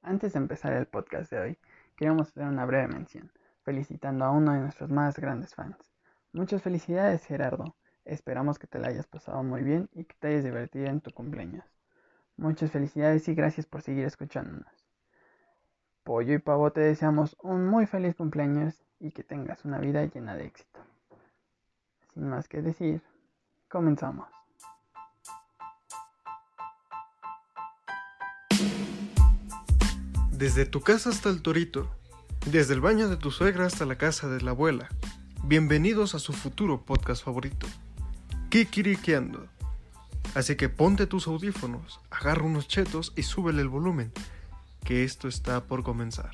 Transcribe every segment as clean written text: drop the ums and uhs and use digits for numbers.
Antes de empezar el podcast de hoy, queríamos hacer una breve mención, felicitando a uno de nuestros más grandes fans. Muchas felicidades, Gerardo. Esperamos que te la hayas pasado muy bien y que te hayas divertido en tu cumpleaños. Muchas felicidades y gracias por seguir escuchándonos. Pollo y Pavo te deseamos un muy feliz cumpleaños y que tengas una vida llena de éxito. Sin más que decir, comenzamos. Desde tu casa hasta el torito, desde el baño de tu suegra hasta la casa de la abuela. Bienvenidos a su futuro podcast favorito, Kikiriqueando. Así que ponte tus audífonos, agarra unos chetos y súbele el volumen, que esto está por comenzar.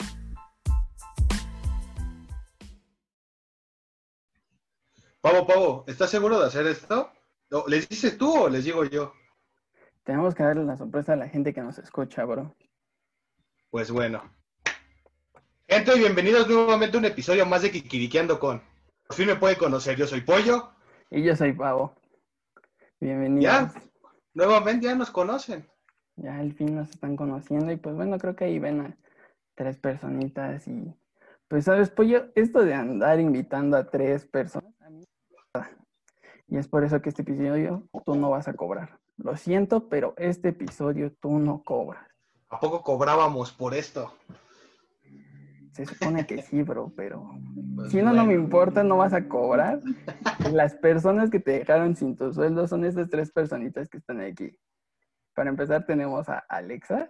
Pavo, ¿estás seguro de hacer esto? ¿Les dices tú o les digo yo? Tenemos que darle la sorpresa a la gente que nos escucha, bro. Pues bueno. Gente, bienvenidos nuevamente a un episodio más de Kikiriqueando con. Por fin me pueden conocer, yo soy Pollo. Y yo soy Pavo. Bienvenidos. Nuevamente ya nos conocen. Ya al fin nos están conociendo y pues bueno, creo que ahí ven a 3 personitas y pues sabes, Pollo, esto de andar invitando a 3 personas, a mí me gusta. Y es por eso que este episodio tú no vas a cobrar. Lo siento, pero este episodio tú no cobras. ¿A poco cobrábamos por esto? Se supone que sí, bro, pero Pues si no me importa, no vas a cobrar. Las personas que te dejaron sin tu sueldo son estas 3 personitas que están aquí. Para empezar tenemos a Alexa.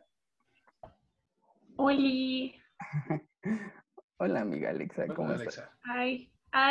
Oli. Hola, amiga Alexa, ¿cómo estás? Ay.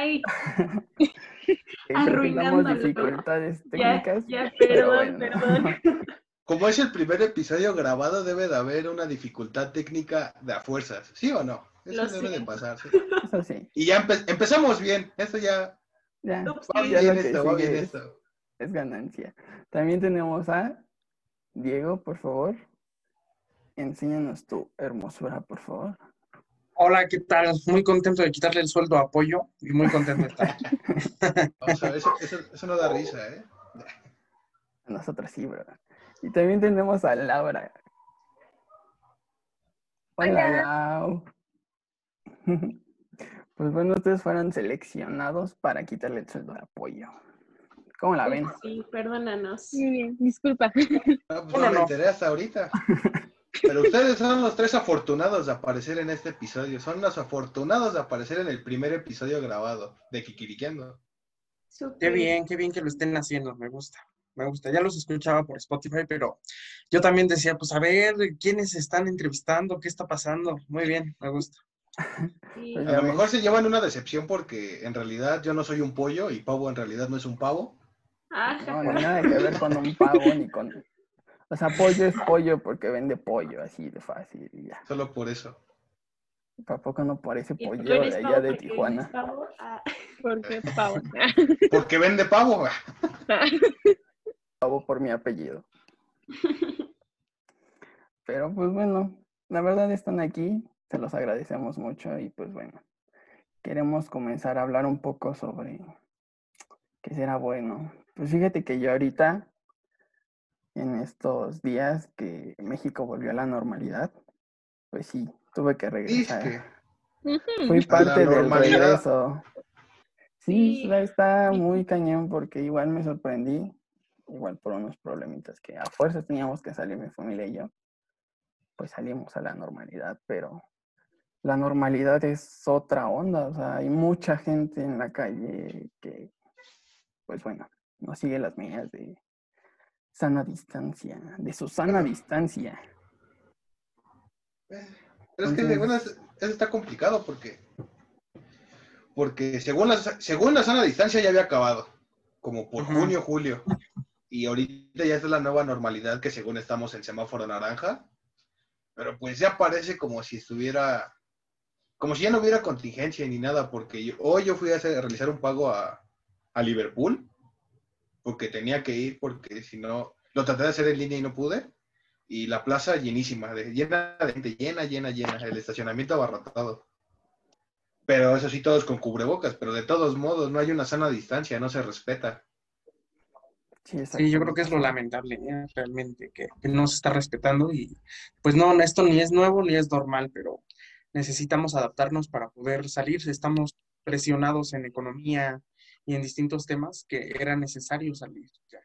Presentamos Arruinándolo. dificultades técnicas. Ya, pero perdón. Como es el primer episodio grabado, debe de haber una dificultad técnica de a fuerzas, ¿sí o no? Eso debe de pasar, ¿sí? Eso sí. Y ya empezamos bien, esto ya... Ya, Va ya bien lo que esto, va sigue bien esto. es ganancia. También tenemos a Diego, por favor. Enséñanos tu hermosura, por favor. Hola, ¿qué tal? Muy contento de quitarle el sueldo a Pollo y muy contento de estar aquí. Vamos a ver, eso no da risa, ¿eh? A nosotros sí, bro. Y también tenemos a Laura. Hola, Lau. Pues bueno, ustedes fueron seleccionados para quitarle el sueldo de apoyo. ¿Cómo la ven? Sí, perdónanos. Muy bien, disculpa. No, pues no me enteré hasta ahorita. Pero ustedes son los 3 afortunados de aparecer en este episodio. Son los afortunados de aparecer en el primer episodio grabado de Kikiriqueando. Qué bien que lo estén haciendo, me gusta. Ya los escuchaba por Spotify, pero yo también decía, pues a ver, ¿quiénes están entrevistando? ¿Qué está pasando? Muy bien, me gusta. Sí. A lo mejor se llevan una decepción porque en realidad yo no soy un pollo y Pavo en realidad no es un pavo. No, ni nada que ver con un pavo ni con... O sea, pollo es pollo porque vende pollo, así de fácil y ya. Solo por eso. Tampoco no parece ¿Y tú pollo eres de allá pavo de porque Tijuana. eres pavo? Porque pavo. Porque vende pavo. Pavo por mi apellido. Pero pues bueno, la verdad están aquí, se los agradecemos mucho y pues bueno, queremos comenzar a hablar un poco sobre qué será bueno. Pues fíjate que yo ahorita, en estos días que México volvió a la normalidad, pues sí, tuve que regresar. Fui parte del regreso. Sí, está muy cañón porque igual me sorprendí, igual por unos problemitas que a fuerzas teníamos que salir mi familia y yo. Pues salimos a la normalidad, pero la normalidad es otra onda, o sea, hay mucha gente en la calle que, pues bueno, no sigue las medidas de sana distancia, de su sana distancia. Pero es que, bueno, eso está complicado porque según la sana distancia ya había acabado, como por junio, julio. Y ahorita ya es la nueva normalidad que según estamos en semáforo naranja. Pero pues ya parece como si ya no hubiera contingencia ni nada, porque hoy yo fui a realizar un pago a Liverpool, porque tenía que ir, porque si no, lo traté de hacer en línea y no pude, y la plaza llenísima, llena de gente, llena, el estacionamiento abarrotado. Pero eso sí, todos con cubrebocas, pero de todos modos no hay una sana distancia, no se respeta. Sí, Sí, yo creo que es lo exactamente. lamentable, realmente, que no se está respetando y pues no, esto ni es nuevo ni es normal, pero necesitamos adaptarnos para poder salir. Estamos presionados en economía y en distintos temas que era necesario salir. Ya.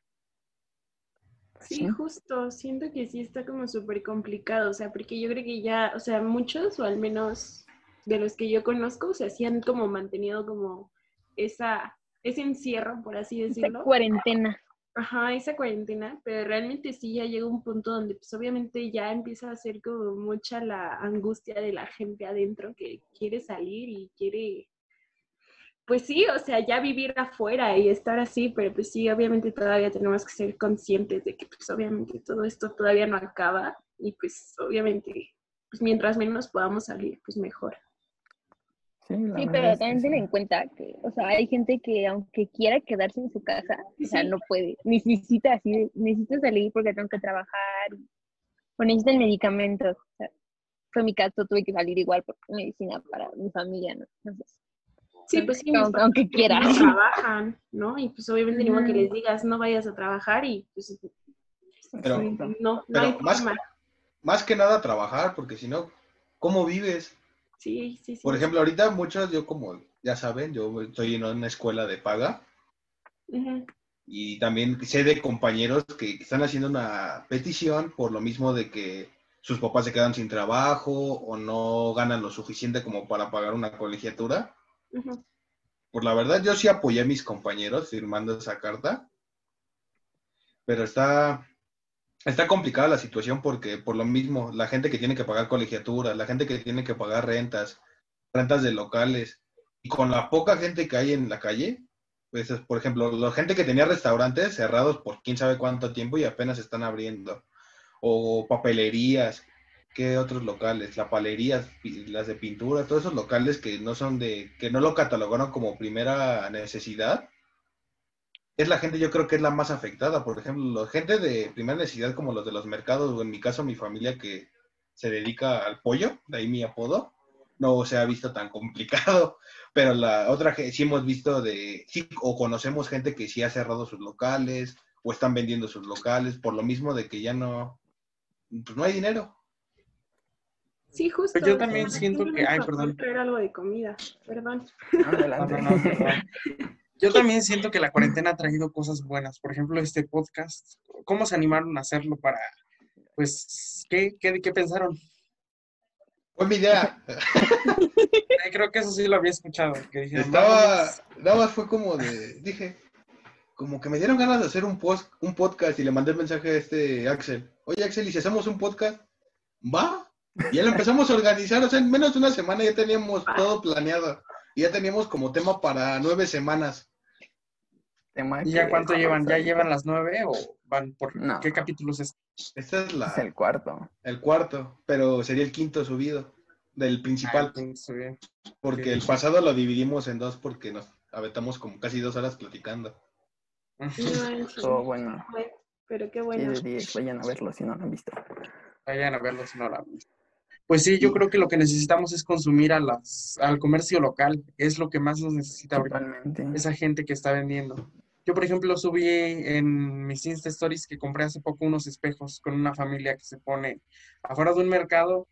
Pues Sí, sí, justo, siento que sí está como súper complicado, o sea, porque yo creo que ya, o sea, muchos, o al menos de los que yo conozco, o sea, sí han como mantenido como ese encierro, por así Esta decirlo. cuarentena. Ajá, esa cuarentena, pero realmente sí ya llega un punto donde pues obviamente ya empieza a ser como mucha la angustia de la gente adentro que quiere salir y quiere, pues sí, o sea, ya vivir afuera y estar así, pero pues sí, obviamente todavía tenemos que ser conscientes de que pues obviamente todo esto todavía no acaba y pues obviamente pues mientras menos podamos salir, pues mejor. sí, la Sí, verdad pero es que también sí. ten en cuenta que, o sea, hay gente que aunque quiera quedarse en su casa, Sí, o sea, sí, no puede. Necesita así, necesito salir porque tengo que trabajar o necesitan medicamentos. O sea, fue mi caso, tuve que salir igual por medicina para mi familia, ¿no? Entonces, sí, pues sí, mis papás aunque quiera. no trabajan, ¿no? Y pues obviamente ni modo que Ujú. les digas no vayas a trabajar y pues Pero, Exacto. no hay pero forma. más que nada trabajar, porque si no, ¿cómo vives? Sí, sí, Por sí. ejemplo, ahorita muchos, yo como ya saben, yo estoy en una escuela de paga Ujú, y también sé de compañeros que están haciendo una petición por lo mismo de que sus papás se quedan sin trabajo o no ganan lo suficiente como para pagar una colegiatura. ujú. Por la verdad, yo sí apoyé a mis compañeros firmando esa carta, pero está complicada la situación porque por lo mismo, la gente que tiene que pagar colegiaturas, la gente que tiene que pagar rentas de locales, y con la poca gente que hay en la calle, pues por ejemplo, la gente que tenía restaurantes cerrados por quién sabe cuánto tiempo y apenas están abriendo, o papelerías, ¿qué otros locales? La palerías, las de pintura, todos esos locales que no son que no lo catalogaron como primera necesidad, es la gente yo creo que es la más afectada. Por ejemplo, la gente de primera necesidad como los de los mercados, o en mi caso mi familia que se dedica al pollo, de ahí mi apodo, no se ha visto tan complicado, pero la otra sí hemos visto sí, o conocemos gente que sí ha cerrado sus locales o están vendiendo sus locales por lo mismo de que ya no, pues no hay dinero. Sí, Pues justo. yo O sea, también la siento gente no que, es ay, para poder perdón, traer algo de comida. Perdón. No, no, adelante. no, no, perdón. Yo también siento que la cuarentena ha traído cosas buenas. Por ejemplo, este podcast. ¿Cómo se animaron a hacerlo para, pues, qué pensaron? Fue mi idea. Creo que eso sí lo había escuchado, que dijeron, Estaba, vámonos. nada más fue dije, como que me dieron ganas de hacer un podcast y le mandé el mensaje a Axel. Oye, Axel, ¿y si hacemos un podcast? ¿Va? Y ya lo empezamos a organizar, o sea, en menos de una semana ya teníamos todo planeado. Y ya teníamos como tema para 9 semanas. Tema ¿Y ya que cuánto llevan? pues ¿Ya llevan ahorita. las 9 o van por No, qué capítulos es? Este es este es el cuarto. el cuarto, pero sería el quinto subido del Ah, el principal. quinto, está bien. Porque el Ok. pasado lo dividimos en dos porque nos aventamos como casi 2 horas platicando. No manches. Todo bueno. Bueno, pero qué Sí, bueno. de 10. Vayan a verlo si no lo han visto. Vayan a verlo si no la han visto. Pues sí, yo Y creo que lo que necesitamos es consumir al comercio local. Es lo que más nos necesita ahorita. Totalmente. Esa gente que está vendiendo. Yo, por ejemplo, subí en mis Insta Stories que compré hace poco unos espejos con una familia que se pone afuera de un mercado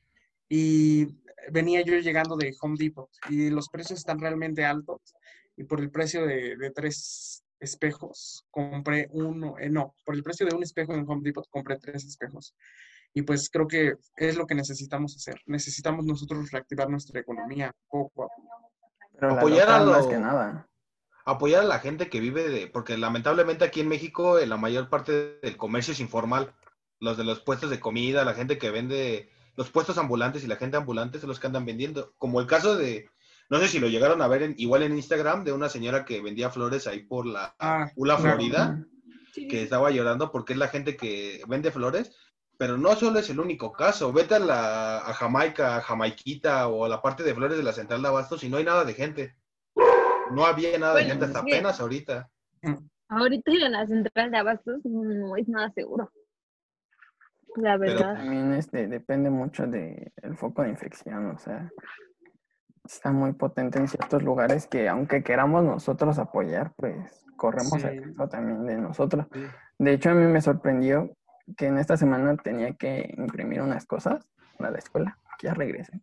y venía yo llegando de Home Depot y los precios están realmente altos y por el precio de 3 espejos compré uno, no, por el precio de un espejo en Home Depot compré 3 espejos. Y pues creo que es lo que necesitamos hacer. Necesitamos nosotros reactivar nuestra economía poco a poco. Pero la apoyar a local más que lo, nada. apoyar a la gente que vive porque lamentablemente aquí en México la mayor parte del comercio es informal. Los de los puestos de comida, la gente que vende, los puestos ambulantes y la gente ambulante son los que andan vendiendo. Como el caso no sé si lo llegaron a ver igual en Instagram, de una señora que vendía flores ahí por la Ah, Ula claro. Florida, Sí, sí, que sí. estaba llorando porque es la gente que vende flores, pero no solo es el único caso. Vete a Jamaica, a Jamaiquita o a la parte de flores de la central de Abastos y no hay nada de gente. No había nada de Bueno, gente Mm, hasta es que apenas ahorita. ahorita ir a la central de abastos no es nada seguro, la Pero verdad. También depende mucho del foco de infección. O sea, está muy potente en ciertos lugares que aunque queramos nosotros apoyar, pues corremos el Sí. riesgo también de nosotros. Sí. De hecho, a mí me sorprendió que en esta semana tenía que imprimir unas cosas para la escuela, que ya regresé.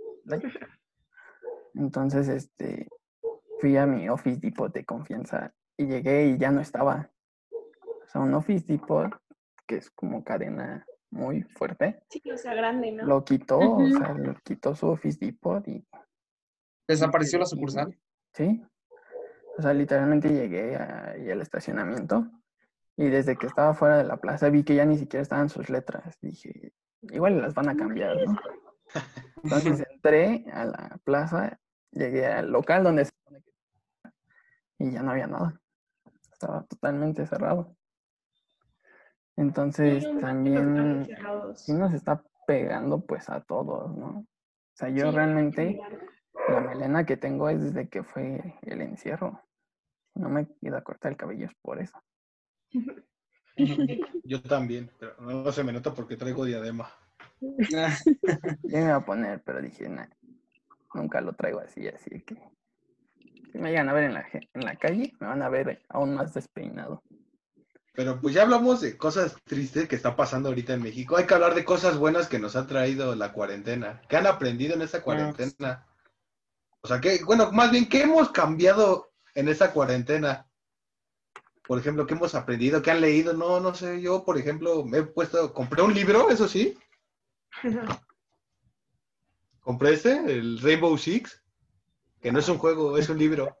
Entonces, fui a mi Office Depot de confianza y llegué y ya no estaba. O sea, un Office Depot que es como cadena muy fuerte, Sí, o sea, grande, ¿no? lo quitó, o Ujú. sea, lo quitó su Office Depot y ¿Desapareció la quedé sin- sucursal? sí. O sea, literalmente llegué ahí al estacionamiento y desde que estaba fuera de la plaza vi que ya ni siquiera estaban sus letras. Dije, igual las van a cambiar, ¿no? Entonces entré a la plaza, llegué al local donde se supone que y ya no había nada. Estaba totalmente cerrado. Sí, Entonces un montón de locales también sí cerrados. nos está pegando pues a todos, ¿no? O sea, yo Sí, en realmente general. la melena que tengo es desde que fue el encierro. No me he ido a cortar el cabello es por eso. Yo también, pero no se me nota porque traigo diadema. Yo me iba a poner, pero dije, nah, nunca lo traigo así que si me llegan a ver en la calle, me van a ver aún más despeinado. Pero pues ya hablamos de cosas tristes que está pasando ahorita en México. Hay que hablar de cosas buenas que nos ha traído la cuarentena. ¿Qué han aprendido en esta cuarentena? O sea, bueno, más bien, ¿qué hemos cambiado en esta cuarentena? Por ejemplo, ¿qué hemos aprendido? ¿Qué han leído? No sé, yo, por ejemplo, compré un libro, eso sí. Compré el Rainbow Six, que no es un juego, es un libro.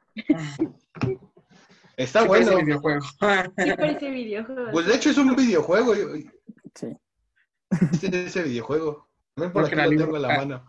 Está Sí parece bueno. videojuego. Sí, parece videojuego, Pues de sí. hecho es un videojuego. Sí. Ese videojuego. También por Creo que aquí era lo libro. tengo en la mano.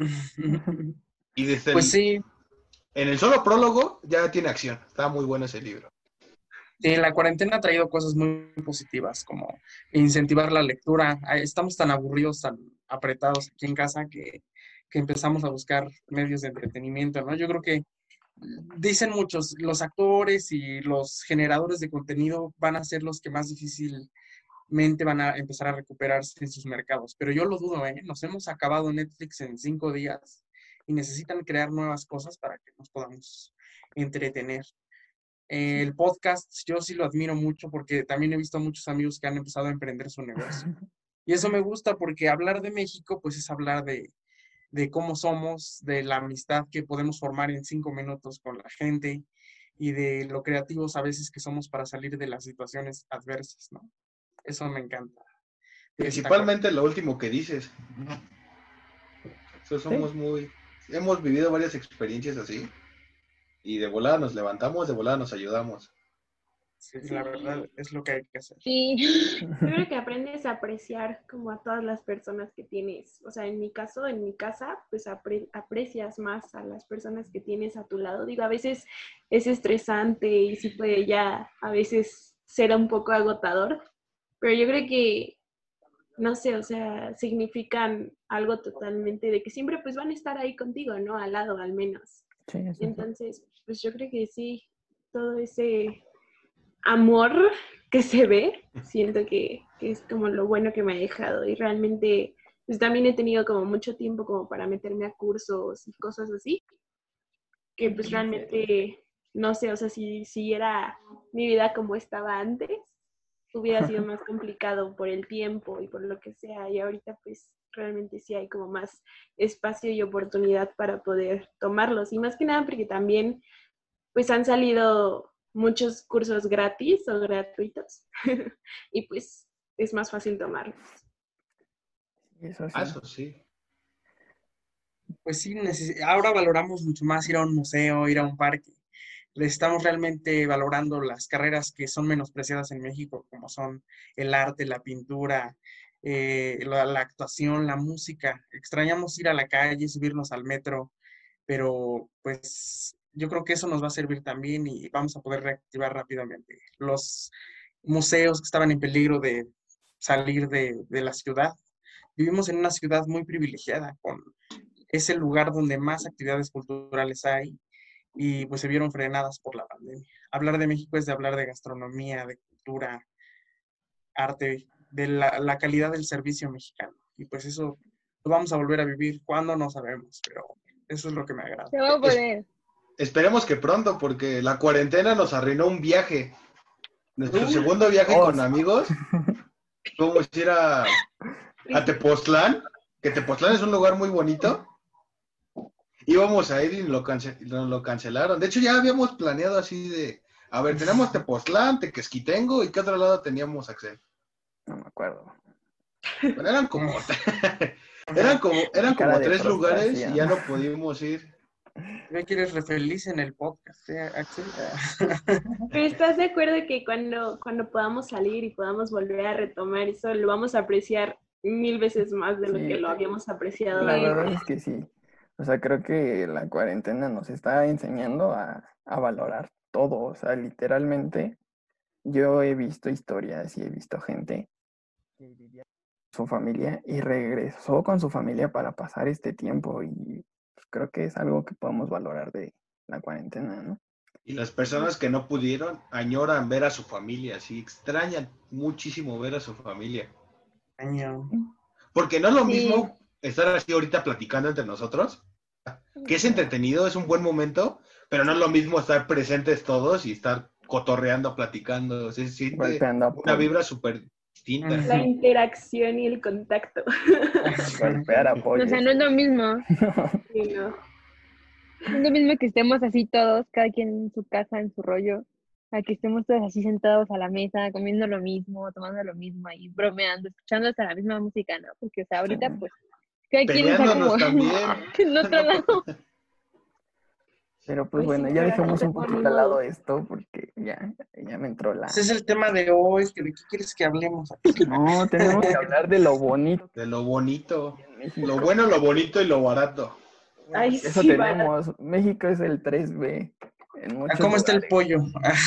Y desde Pues sí, en el solo prólogo ya tiene acción. Está muy bueno ese libro. sí, la cuarentena ha traído cosas muy positivas, como incentivar la lectura. Estamos tan aburridos, tan apretados aquí en casa que empezamos a buscar medios de entretenimiento, ¿no? Yo creo que dicen muchos, los actores y los generadores de contenido van a ser los que más difícilmente van a empezar a recuperarse en sus mercados, pero yo lo dudo, ¿eh? Nos hemos acabado Netflix en 5 días y necesitan crear nuevas cosas para que nos podamos entretener. El podcast, yo sí lo admiro mucho porque también he visto a muchos amigos que han empezado a emprender su negocio. Y eso me gusta porque hablar de México, pues es hablar de cómo somos, de la amistad que podemos formar en 5 minutos con la gente y de lo creativos a veces que somos para salir de las situaciones adversas, ¿no? Eso me encanta de esta Principalmente lo último que dices. So, Sí, hemos vivido varias experiencias así. Y de volada nos levantamos, de volada nos ayudamos. sí, la verdad Sí, es lo que hay que hacer. Sí. yo creo que aprendes a apreciar como a todas las personas que tienes. O sea, en mi caso, en mi casa, pues aprecias más a las personas que tienes a tu lado. Digo, a veces es estresante y sí puede ya a veces ser un poco agotador, pero yo creo que, no sé, o sea, significan algo totalmente de que siempre pues van a estar ahí contigo, ¿no? Al lado al menos. sí, eso sí. Entonces, pues yo creo que sí, todo ese amor que se ve, siento que es como lo bueno que me ha dejado y realmente pues también he tenido como mucho tiempo como para meterme a cursos y cosas así, que pues realmente, no sé, o sea, si siguiera mi vida como estaba antes, hubiera sido más complicado por el tiempo y por lo que sea, y ahorita pues realmente sí hay como más espacio y oportunidad para poder tomarlos, y más que nada porque también pues han salido muchos cursos gratis o gratuitos y pues es más fácil tomarlos. Eso sí. Eso sí. Pues sí, ahora valoramos mucho más ir a un museo, ir a un parque. Le estamos realmente valorando las carreras que son menospreciadas en México, como son el arte, la pintura, la actuación, la música. Extrañamos ir a la calle, subirnos al metro, pero pues yo creo que eso nos va a servir también y vamos a poder reactivar rápidamente. Los museos que estaban en peligro de salir de la ciudad. Vivimos en una ciudad muy privilegiada, es el lugar donde más actividades culturales hay y pues se vieron frenadas por la pandemia. Hablar de México es de hablar de gastronomía, de cultura, arte, de la calidad del servicio mexicano. Y pues eso lo vamos a volver a vivir cuando no sabemos, pero Eso es lo que me agrada. Se va a poder. Esperemos que pronto, porque la cuarentena nos arruinó un viaje. Nuestro Uy. segundo viaje Oh, con amigos. Fuimos a ir a Tepoztlán, que Tepoztlán es un lugar muy bonito. Íbamos a ir y nos lo cancelaron. De hecho, ya habíamos planeado así de, a ver, tenemos Tepoztlán, Tequesquitengo, ¿y qué otro lado teníamos, Axel? No me acuerdo. Bueno, eran como Eran Cara como de 3 lugares y frustración. ya no pudimos ir. ¿Me quieres refeliz en el podcast, Axel? Pero ¿estás de acuerdo que cuando podamos salir y podamos volver a retomar eso, lo vamos a apreciar 1000 veces más de lo Sí, que lo habíamos apreciado la antes? verdad es que sí. O sea, creo que la cuarentena nos está enseñando a valorar todo. O sea, literalmente, yo he visto historias y he visto gente que vivía con su familia y regresó con su familia para pasar este tiempo. Y pues, creo que es algo que podemos valorar de la cuarentena, ¿no? Y las personas que no pudieron añoran ver a su familia, sí, extrañan muchísimo ver a su familia. Año. Porque no es lo Sí. mismo estar así ahorita platicando entre nosotros, que es entretenido, es un buen momento, pero no es lo mismo estar presentes todos y estar cotorreando, platicando. Se siente Golpeando a una pollo, vibra súper distinta. La interacción y el contacto. golpear a O pollo. sea, no es lo mismo. Sí, ¿no? No es lo mismo que estemos así todos, cada quien en su casa, en su rollo, a que estemos todos así sentados a la mesa, comiendo lo mismo, tomando lo mismo ahí, bromeando, escuchando hasta la misma música, ¿no? Porque, o sea, ahorita, pues, cada quien está como Peleándonos también. en otro lado. Pero pues Pues sí, bueno, ya pero dejemos un no, ni poquito al lado modo. esto porque ya me entró la... Ese es el tema de hoy. ¿De qué quieres que hablemos? No, tenemos que hablar de lo bonito De lo bonito. que hay en México. Lo bueno, lo bonito y lo barato. Ay, Eso sí, tenemos. México es el 3B en muchos ¿Cómo está el lugares. pollo?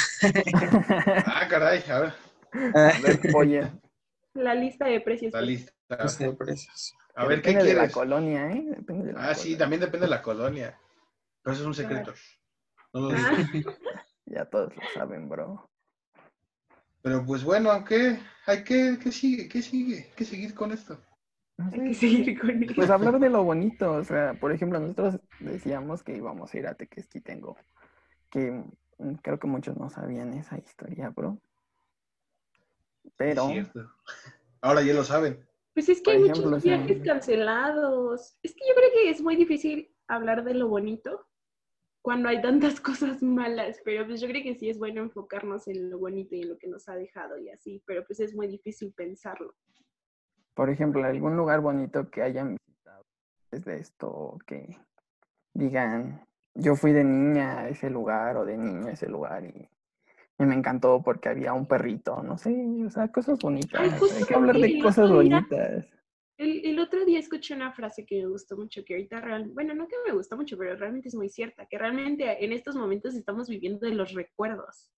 Ah, caray, a ver, A ver, pollo. la lista de precios. la lista. Lista de precios. A ver, ¿qué Depende de la quieres? colonia, ¿eh? Depende de la Ah, sí, colonia. también depende de la colonia. Pero eso es un secreto. No lo digo. Ah, Ya todos lo saben, bro. Pero pues bueno, ¿qué? ¿Qué sigue? ¿Qué sigue? ¿Qué seguir con esto? No hay que sé, seguir con pues eso. hablar de lo bonito. O sea, por ejemplo, nosotros decíamos que íbamos a ir a Tequesquitengo. Que creo que muchos no sabían esa historia, bro. Es Pero, cierto. Ahora ya lo saben. Pues es que por hay ejemplo, o muchos sea, viajes cancelados. Es que yo creo que es muy difícil hablar de lo bonito cuando hay tantas cosas malas, pero pues yo creo que sí es bueno enfocarnos en lo bonito y en lo que nos ha dejado y así, pero pues es muy difícil pensarlo. por ejemplo, algún lugar bonito que hayan visitado desde esto, que digan, yo fui de niña a ese lugar o de niño a ese lugar y me encantó porque había un perrito, no sé, o sea, cosas bonitas. Ay, justo Hay que hablar de el cosas otro día, bonitas. el otro día escuché una frase que me gustó mucho, que ahorita bueno, no que me gustó mucho, pero realmente es muy cierta, que realmente en estos momentos estamos viviendo de los recuerdos.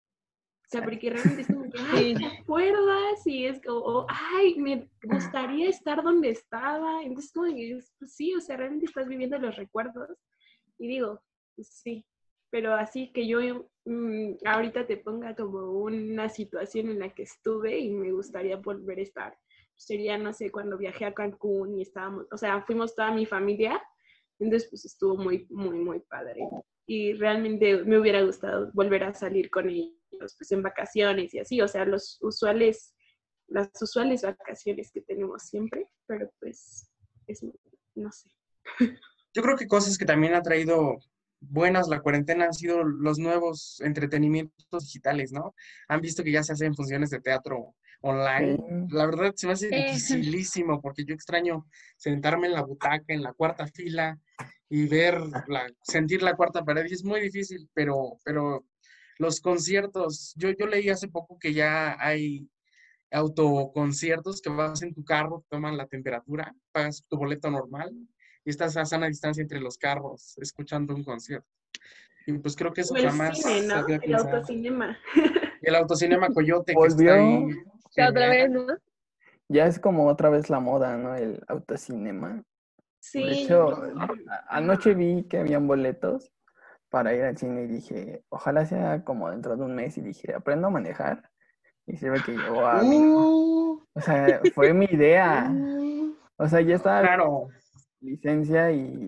O sea, porque realmente es como que, ay, ¿te acuerdas? Y es como, ay, me gustaría estar donde estaba. Entonces, como que, pues sí, o sea, realmente estás viviendo los recuerdos. Y digo, pues sí, pero así que yo ahorita te ponga como una situación en la que estuve y me gustaría volver a estar. Sería, no sé, cuando viajé a Cancún y estábamos, o sea, fuimos toda mi familia. Entonces, pues estuvo muy, muy, muy padre. Y realmente me hubiera gustado volver a salir con ellos pues en vacaciones y así, o sea, las usuales vacaciones que tenemos siempre, pero pues no sé. Yo creo que cosas que también ha traído buenas la cuarentena han sido los nuevos entretenimientos digitales, ¿no? Han visto que ya se hacen funciones de teatro online. Sí. La verdad se me hace dificilísimo porque yo extraño sentarme en la butaca, en la cuarta fila y sentir la cuarta pared. Y es muy difícil, pero los conciertos, yo leí hace poco que ya hay autoconciertos que vas en tu carro, toman la temperatura, pagas tu boleto normal y estás a sana distancia entre los carros escuchando un concierto. Y pues creo que eso O el jamás cine, se ¿no? había El pensado. autocinema. Y el autocinema Coyote que está Volvió, ahí. O sea, otra vez, Genial. ¿no? ya es como otra vez la moda, ¿no? El autocinema. De Sí, hecho, anoche vi que habían boletos para ir al cine y dije, ojalá sea como dentro de un mes y dije, aprendo a manejar y sirve que llevo a mi... O sea, fue mi idea. O sea, ya estaba Claro, licencia y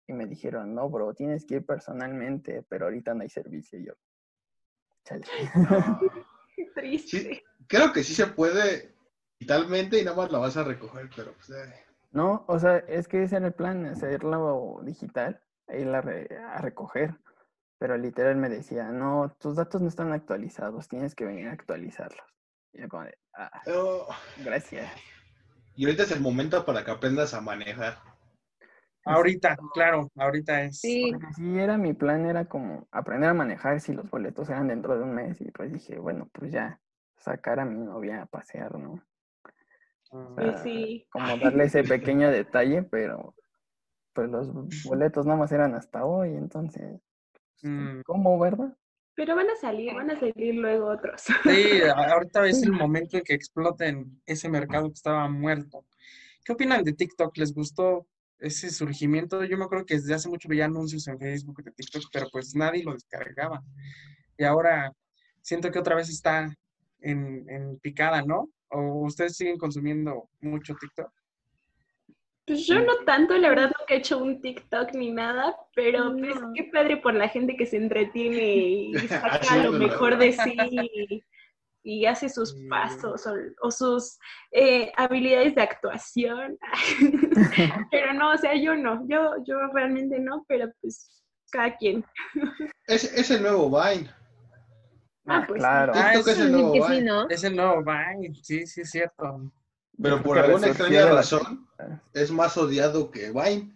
Y me dijeron, no, bro, tienes que ir personalmente, pero ahorita no hay servicio. Y yo, chale. No. Qué triste. Sí, creo que sí se puede digitalmente y nada más la vas a recoger, pero pues... No, o sea, es que ese era el plan, hacerlo digital e irla a recoger. Pero literal me decía, no, tus datos no están actualizados, tienes que venir a actualizarlos. Y yo como de, Oh, gracias. y ahorita es el momento para que aprendas a manejar. Ahorita, claro, ahorita es. Sí, Porque sí, era mi plan, era como aprender a manejar si los boletos eran dentro de un mes. Y pues dije, bueno, pues ya, sacar a mi novia a pasear, ¿no? O Pues sea, sí. como darle ese pequeño detalle, pero pues los boletos nada más eran hasta hoy, entonces, Mm, Pero ¿cómo, verdad? van a salir luego otros. sí, ahorita es el momento en que exploten ese mercado que estaba muerto. ¿Qué opinan de TikTok? ¿Les gustó ese surgimiento? Yo me acuerdo que desde hace mucho veía anuncios en Facebook de TikTok, pero pues nadie lo descargaba. Y ahora siento que otra vez está en picada, ¿no? ¿O ustedes siguen consumiendo mucho TikTok? Pues yo no tanto, la verdad nunca he hecho un TikTok ni nada, pero pues No. qué padre por la gente que se entretiene y saca lo Haciéndolo. mejor de sí y hace sus Sí. pasos o sus habilidades de actuación. Pero no, o sea, yo no, yo realmente no, pero pues cada quien. Es el nuevo Vine. Pues claro. Ah, TikTok es el decir nuevo que sí, Vine. ¿no? Es el nuevo Vine, sí, sí, es cierto. Yo Pero creo por que alguna resurgió extraña de las razón cenizas. es más odiado que Vine.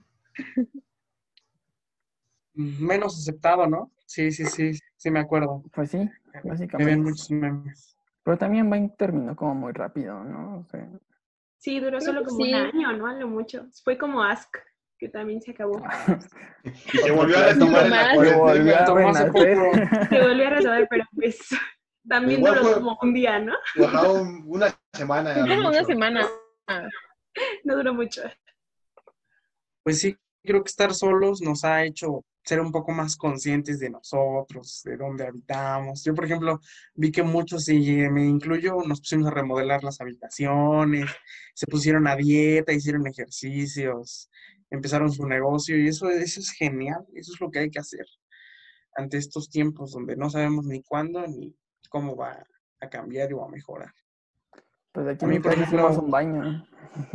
Menos aceptado, ¿no? Sí, sí, sí, sí me acuerdo. Pues sí, Que ven básicamente. muchos memes. Pero también Vine terminó como muy rápido, ¿no? O sea, sí, duró Creo solo que como un sí. año, ¿no? A lo mucho. Fue como Ask, que también se acabó. Y se Otro volvió a clásico. retomar en la Más. Se volvió cuarentena. a Tomó hace renacer. Se volvió a retomar, pero pues también Igual duró fue como un día, ¿no? ajá, una semana Fue a lo como una mucho. semana. No duró mucho. Pues sí, creo que estar solos nos ha hecho ser un poco más conscientes de nosotros, de dónde habitamos. Yo, por ejemplo, vi que muchos, y me incluyo, nos pusimos a remodelar las habitaciones, se pusieron a dieta, hicieron ejercicios, empezaron su negocio, y eso es genial, eso es lo que hay que hacer ante estos tiempos donde no sabemos ni cuándo ni cómo va a cambiar o a mejorar. Pues aquí A en mí, mi por casa hicimos ejemplo, un baño.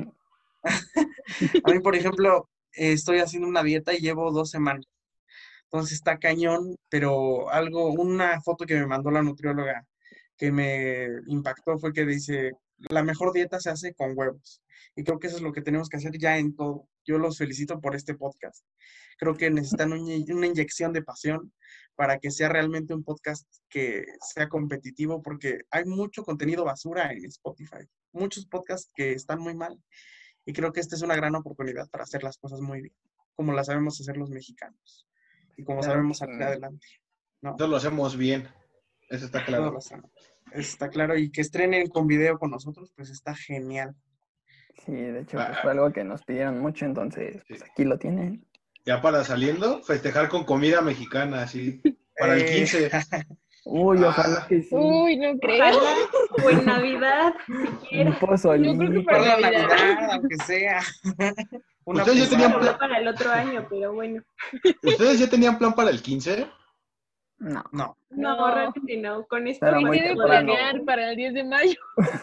estoy haciendo una dieta y llevo 2 semanas. Entonces está cañón, pero una foto que me mandó la nutrióloga que me impactó fue que dice, la mejor dieta se hace con huevos. Y creo que eso es lo que tenemos que hacer ya en todo. Yo los felicito por este podcast. Creo que necesitan una inyección de pasión para que sea realmente un podcast que sea competitivo, porque hay mucho contenido basura en Spotify, muchos podcasts que están muy mal. Y creo que esta es una gran oportunidad para hacer las cosas muy bien, como las sabemos hacer los mexicanos y como Claro que sabemos sí. salir adelante, ¿no? Eso lo hacemos bien. Eso está Todo claro. lo hacemos. Está claro, y que estrenen con video con nosotros, pues está genial. Sí, de hecho, pues Ah, fue algo que nos pidieron mucho, entonces, pues sí. aquí lo tienen. Ya para saliendo, festejar con comida mexicana, así. Para el 15. Uy, ojalá Ah, que sí. Uy, no creo. Ojalá, o en Navidad, Un siquiera. Yo creo que pozolito. para Para la Navidad. Navidad, aunque sea. Una ¿Ustedes ya tenían posada. plan? Para el otro año, pero bueno. ¿Ustedes ya tenían plan para el 15? No, No. No, No. realmente no. Con esto Era Se muy más quiere temprano. planear para el 10 de mayo.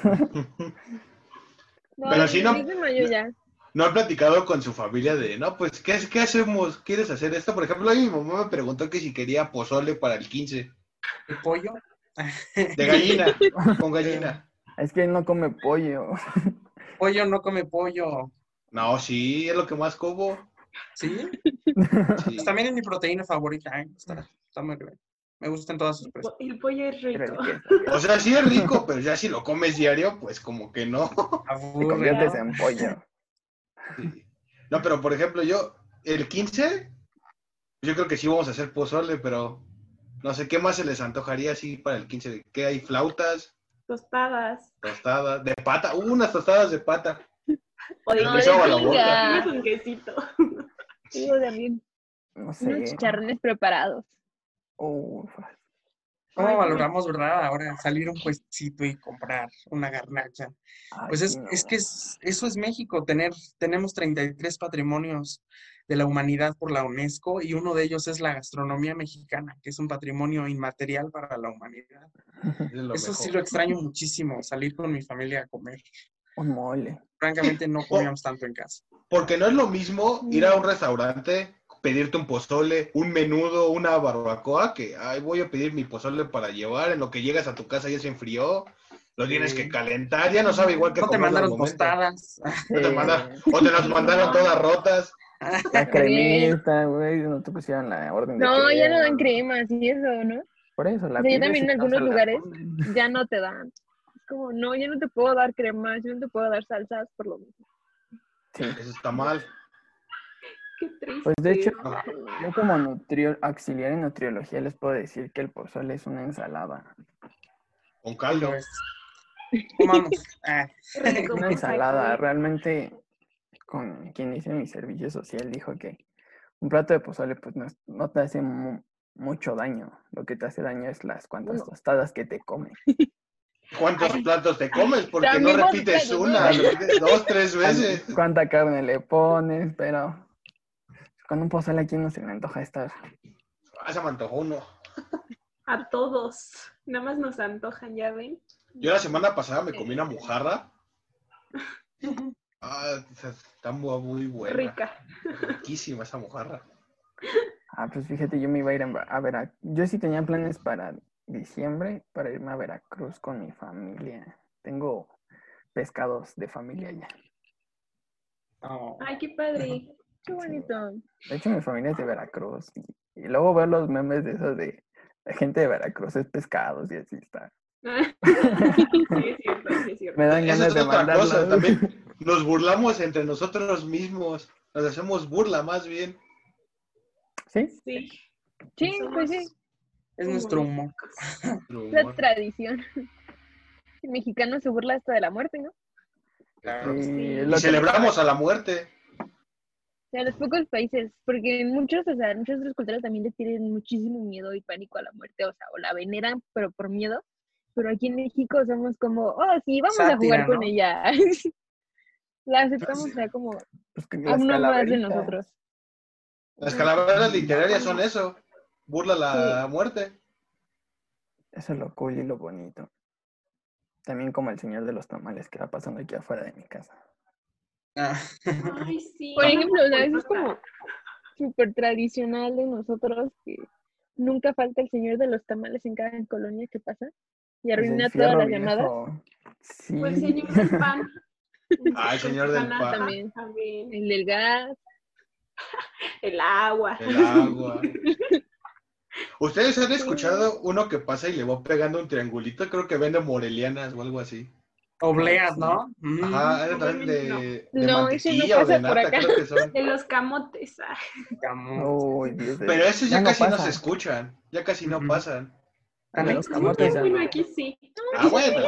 No, Pero el si no, 10 de mayo ya. no han platicado con su familia de, no, pues, ¿qué hacemos? ¿Quieres hacer esto? Por ejemplo, hoy mi mamá me preguntó que si quería pozole para el 15. ¿De pollo? De gallina, con gallina. es que él no come pollo. Pollo no come pollo. No, sí, es lo que más como. ¿Sí? Sí. Pues también es mi proteína favorita, ¿eh? Está muy bien. Me gustan todas sus presas. el pollo es Pero rico. el que O sea, sí es rico, pero ya si lo comes diario, pues como que no. te Aburre, conviertes ¿no? en pollo. Sí. No, pero por ejemplo, el 15, yo creo que sí vamos a hacer pozole, pero no sé, ¿qué más se les antojaría así para el 15? ¿Qué hay? ¿Flautas? Tostadas. ¿Tostadas? ¿De pata? Unas tostadas de pata. O de No, de de agua a la tinga. boca. queso con quesito. Digo también. No Unos sé. chicharrones preparados. Uf. ¿Cómo Ay, valoramos, verdad? Ahora salir a un puestito y comprar una garnacha. Ay, Pues sí, no. eso es México, tenemos 33 patrimonios de la humanidad por la UNESCO y uno de ellos es la gastronomía mexicana, que es un patrimonio inmaterial para la humanidad. Es lo Eso sí mejor. lo extraño muchísimo, salir con mi familia a comer. Un mole. Francamente no comíamos tanto en casa. Porque no es lo mismo ir a un restaurante, pedirte un pozole, un menudo, una barbacoa, que ay, voy a pedir mi pozole para llevar, en lo que llegas a tu casa ya se enfrió, lo tienes que calentar, ya no sabe igual que No te comerlo al mandaron momento. tostadas. No te mandaron, o te las mandaron todas rotas. La cremita, güey, no te pusieron la orden de No, ya no crema. dan cremas y eso, ¿no? Por eso la O sea, yo pides también y en no se algunos la lugares ponen. ya no te dan. Es como, no, yo no te puedo dar cremas, yo no te puedo dar salsas por lo mismo. Sí. Eso está mal. Qué triste. Pues de hecho, yo como auxiliar en nutriología les puedo decir que el pozole es una ensalada. Con Y caldo. lo es. Comamos. Rico, Una con ensalada. sacate. Realmente, con quien hice mi servicio social dijo que un plato de pozole pues no te hace mucho daño. Lo que te hace daño es las cuantas No. tostadas que te comen. ¿Cuántos platos te comes? Porque no También repites vos, una, repites 2, 3 veces. Cuánta carne le pones, pero con un pozole aquí no se me antoja estar. Ah, se me antojó uno. A todos. Nada más nos antojan, ya ven. Yo la semana pasada me comí una mojarra. Ah, está muy buena. Rica. Riquísima esa mojarra. Ah, pues fíjate, yo me iba a ir a Veracruz. Yo sí tenía planes para diciembre, para irme a Veracruz con mi familia. Tengo pescados de familia ya. Oh. Ay, qué padre. Qué bonito. De hecho, mi familia es de Veracruz. Y luego ver los memes de esos de la gente de Veracruz es pescados y así está. Sí, es cierto, sí, es cierto. Me dan Esa ganas es de otra mandarlos. cosa. También nos burlamos entre nosotros mismos. Nos hacemos burla más bien. ¿Sí? Sí. Sí, Somos pues sí, Es nuestro humor. Nuestro la humor. tradición. El mexicano se burla hasta de la muerte, ¿no? Claro. Sí, Sí. es Y lo que- celebramos a la muerte. O sea, los pocos países, porque en muchos, o sea, muchas otras culturas también le tienen muchísimo miedo y pánico a la muerte, o sea, o la veneran, pero por miedo. Pero aquí en México somos como, oh, sí, vamos a jugar Sátira, con ¿no? ella. La aceptamos, o sea, como pues, que a las uno más de calaveritas. nosotros. Las calaveras literarias son eso. Burla a la muerte. Eso es lo cool y lo bonito. También como el señor de los tamales que va pasando aquí afuera de mi casa. Ah, Ay, sí. Por no ejemplo, me o sea, eso es importa. como súper tradicional de nosotros, que nunca falta el señor de los tamales en cada colonia que pasa y El del arruina todas fierro las llamadas. viejo. Sí. O el señor del pan. Ah, el señor del pan. También. También. El del gas. El agua. El agua. ¿Ustedes han escuchado uno que pasa y le va pegando un triangulito? Creo que vende morelianas o algo así. Obleas, ¿no? Ajá, era también de No, ese no mantequilla o de pasa por nata, acá. creo que son. De los camotes. Ay, Uy, Dios de- Pero esos ya no casi no pasa. se escuchan, ya casi no Ujú. pasan. Ah, De ¿no? los camotes ya bueno, no. aquí sí. Ah, bueno.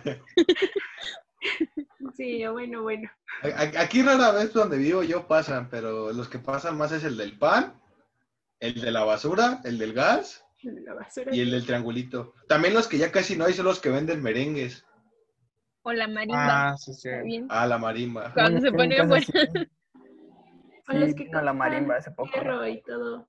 Sí, bueno. Aquí rara vez donde vivo yo pasan, pero los que pasan más es el del pan, el de la basura, el del gas De la basura. y el del triangulito. También los que ya casi no hay son los que venden merengues. O la marimba. Ah, sí, sí. Está bien. Ah, la marimba. Cuando se Bueno, aquí en mi pone casa buena. O los Sí, que vino la marimba hace costan poco. hierro y todo.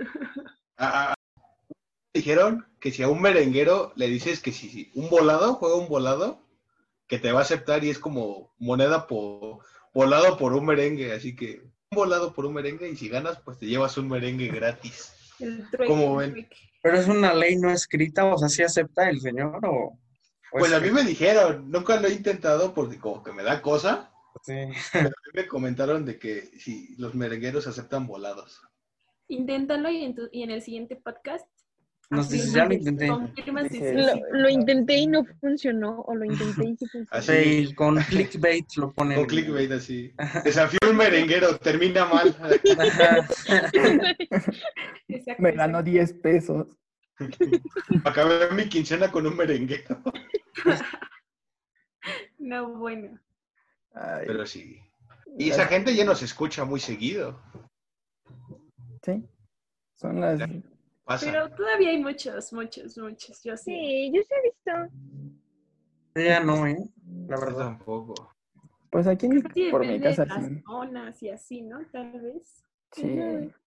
Dijeron que si a un merenguero le dices que si un volado, juega un volado, que te va a aceptar y es como moneda por volado por un merengue. Así que un volado por un merengue y si ganas, pues te llevas un merengue gratis. El trueque. ¿Cómo el ven? trueque. Pero es una ley no escrita, o sea, ¿sí acepta el señor o Pues es a mí que- me dijeron, nunca lo he intentado porque como que me da cosa. sí. A mí me comentaron de que si los merengueros aceptan volados. Inténtalo y en el siguiente podcast. Nos dices, ya lo intenté. Confirma si Dices, sí. Lo intenté y no funcionó. O lo intenté y sí funcionó. Así, Sí, con clickbait lo ponen. con clickbait así. Desafío un merenguero, termina mal. Ajá. Exacto, Me ganó 10 pesos. Acabé mi quincena con un merenguero. No, bueno. Ay, Pero sí. Y esa gente ya nos escucha muy seguido. sí. Son las... Pasa. Pero todavía hay muchos. Yo sí. Sí, yo sí he visto. Ya no, la Yo verdad. tampoco. Pues aquí Creo que por mi depende casa de las sí. zonas y así, ¿no? Tal vez. Sí.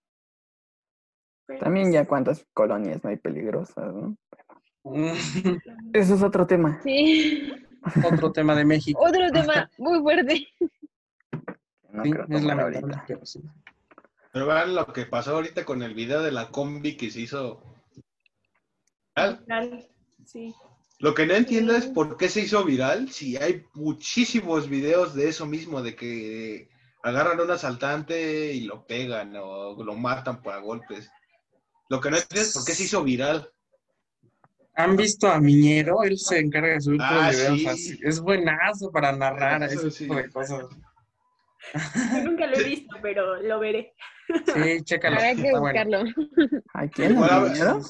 Pero, También pues, ya cuántas colonias no hay peligrosas, ¿no? Mm, Eso es otro tema. Sí. Otro tema de México. Otro tema muy fuerte. Que no Sí, quiero es tomar lamentable, ahorita. pero sí. Pero vean lo que pasó ahorita con el video de la combi que se hizo viral. viral, sí. Lo que no entiendo es Sí. por qué se hizo viral si hay muchísimos videos de eso mismo, de que agarran a un asaltante y lo pegan o lo matan por a golpes. Lo que no entiendo es por qué se hizo viral. ¿Han visto a Miñero? Él se encarga de subir puros Ah, videos sí. así. Es buenazo para narrar ese Eso tipo sí. de cosas. Yo nunca lo he visto, pero lo veré. Sí, chécalo, Habrá que está bueno. buscarlo. ¿A quién? ¿A Igual, Miñero?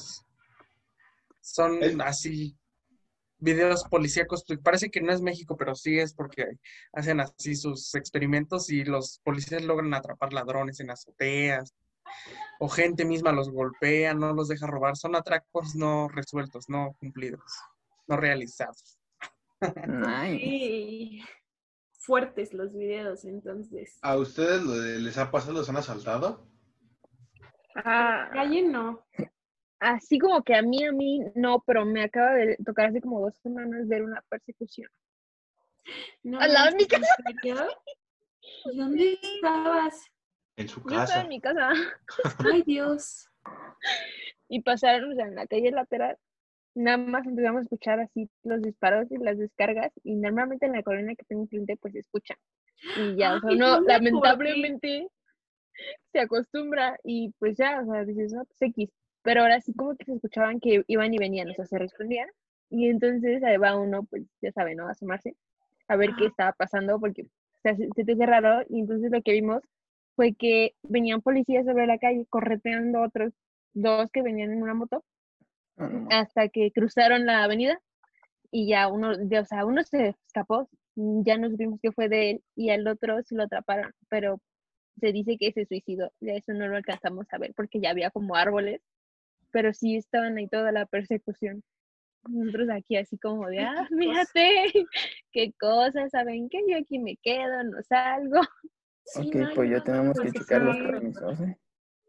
Son así videos policíacos. Parece que no es México, pero sí es porque hacen así sus experimentos y los policías logran atrapar ladrones en azoteas o gente misma los golpea, no los deja robar. Son atracos no resueltos, no cumplidos, no realizados. Nice. Sí, fuertes los videos, entonces. ¿A ustedes les ha pasado, los han asaltado? Ah, Calle no. así como que a mí no, pero me acaba de tocar hace como 2 semanas ver una persecución. No, Al lado de mi ¿en serio? ¿Y dónde estabas? En su Yo estaba en casa. mi casa Ay, Dios. y pasaron, o sea, en la calle lateral. Nada más empezamos a escuchar así los disparos y las descargas y normalmente en la colonia que tengo enfrente pues se escuchan. Y ya, o sea, Ay, uno ya me acordé. lamentablemente se acostumbra y pues ya, o sea, dices, no, pues X. Pero ahora sí como que se escuchaban que iban y venían, o sea, se respondían. Y entonces ahí va uno, pues ya sabe, ¿no? A asomarse a ver qué Ajá. estaba pasando porque o sea, se te hace raro. Y entonces lo que vimos fue que venían policías sobre la calle correteando a otros 2 que venían en una moto hasta que cruzaron la avenida y ya o sea, uno se escapó, ya nos vimos que fue de él y al otro sí lo atraparon, pero se dice que se suicidó, ya eso no lo alcanzamos a ver porque ya había como árboles, pero sí estaban ahí toda la persecución. Nosotros aquí así como de, Ay, ah, qué cosa. fíjate, qué cosas, ¿saben qué? Yo aquí me quedo, no salgo. Sí, Ok, no, pues yo ya tenemos que pues, checar los sí. permisos, ¿eh?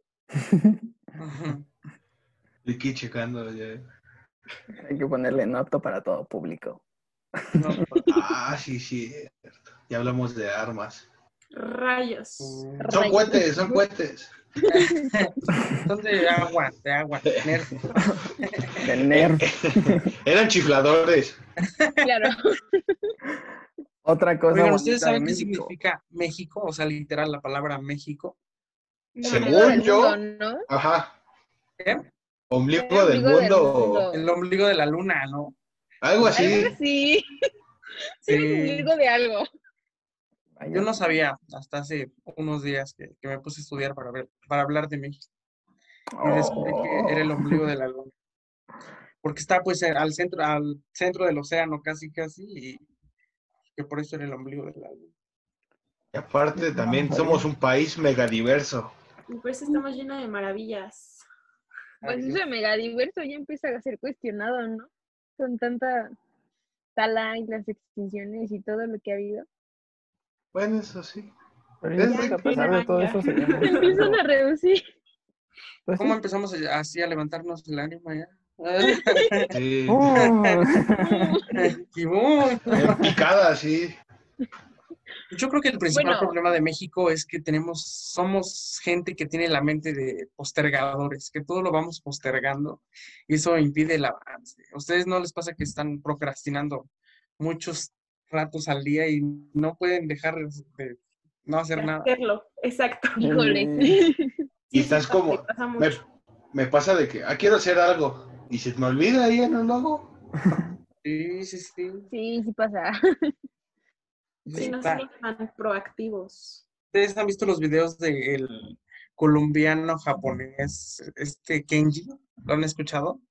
Ujú. Y aquí checando ya. Hay que ponerle noto para todo público. No, Ah, sí, sí. Ya hablamos de armas. Rayos. Son Rayos. cohetes, son cohetes. son de agua, Nerf. De Nerf. Eran chifladores. Claro. Otra cosa Oigan, ¿ustedes bonita de saben qué México. significa México? O sea, literal, la palabra México. El Según ombligo del yo, mundo, ¿no? ajá, ¿Qué? El ombligo del ombligo del mundo, El mundo. ombligo de la luna, ¿no? algo Algo así. así. Sí, El ombligo de algo. yo Vaya, no sabía hasta hace unos días que me puse a estudiar para hablar de México y descubrí que era el oh. ombligo de la luna. Porque está pues al centro del océano casi y que por eso era el ombligo de la luna. Y aparte No lo también somos sabía. un país megadiverso. Y por eso estamos llenos de maravillas. Pues Ay, eso de megadiverso ya empieza a ser cuestionado, ¿no? Con tanta tala y las extinciones y todo lo que ha habido. Bueno, eso sí. Pero yo Es creo que a de- pesar de todo eso seguimos Empiezan siendo... a reducir. Pues ¿Cómo sí. empezamos así a levantarnos el ánimo ya? sí. Oh. Y ¡boom! En picada, sí. Yo creo que el principal Bueno, problema de México es que somos gente que tiene la mente de postergadores, que todo lo vamos postergando y eso impide el avance. ¿A ustedes no les pasa que están procrastinando muchos ratos al día y no pueden dejar de no hacer nada? Hacerlo, exacto. híjole. Y Sí, estás sí, como, pasa me, mucho. me pasa de que, quiero hacer algo. Y se me olvida y ya no lo hago. Sí, sí, sí. Sí, sí pasa. Sí, no Está. somos tan proactivos. ¿Ustedes han visto los videos del colombiano japonés, Kenji? ¿Lo han escuchado?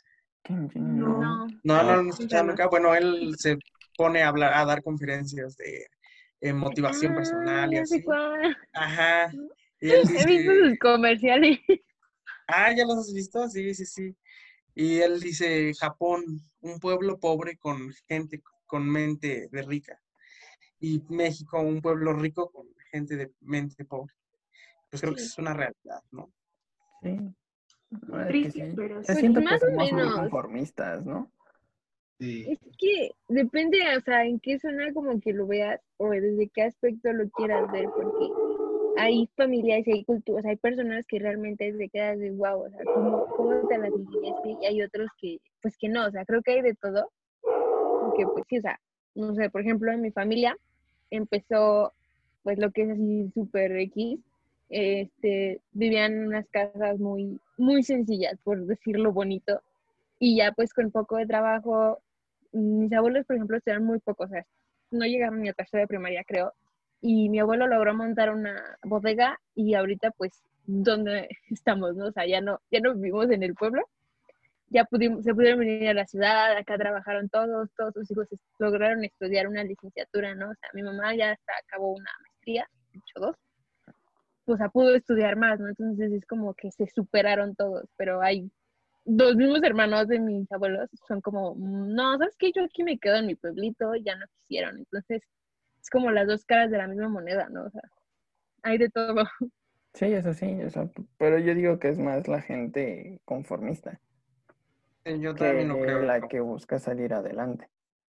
No. No. No, no lo han No. escuchado nunca. Bueno, él se pone a hablar, a dar conferencias de motivación Ah, personal y ya sé así. cuál. Ajá. Y él He visto dice, sus comerciales. ¿ya los has visto? Sí, sí, sí. Y él dice, Japón, un pueblo pobre con gente con mente de rica. Y México, un pueblo rico con gente de mente pobre. pues creo que Sí, es una realidad, ¿no? Sí. No, es que triste, sí. pero Yo sí. Pues siento que más o somos muy menos. conformistas, ¿no? Sí. Es que depende, o sea, en qué zona como que lo veas o desde qué aspecto lo quieras ver, porque hay familias y hay culturas, hay personas que realmente te quedas de wow, o sea, ¿cómo te las ingeniaste? Y hay otros que, pues que no, o sea, creo que hay de todo, porque pues sí, o sea, no sé, por ejemplo, en mi familia empezó, pues lo que es así súper X, vivían en unas casas muy, muy sencillas, por decirlo bonito, y ya pues con poco de trabajo, mis abuelos, por ejemplo, estudiaron muy poco, o sea, no llegaron ni a tercero de primaria, creo, y mi abuelo logró montar una bodega y ahorita pues, ¿dónde estamos, no? O sea, ya no vivimos en el pueblo, se pudieron venir a la ciudad, acá trabajaron todos sus hijos lograron estudiar una licenciatura, ¿no? O sea, mi mamá ya hasta acabó una maestría, de hecho dos, o sea, pudo estudiar más, ¿no? Entonces es como que se superaron todos, pero hay dos mismos hermanos de mis abuelos, son como, no, ¿sabes qué? Yo aquí me quedo en mi pueblito, ya no quisieron, entonces es como las dos caras de la misma moneda, ¿no? O sea, hay de todo. Sí, eso, pero yo digo que es más la gente conformista Yo también lo que creo. la que busca salir adelante.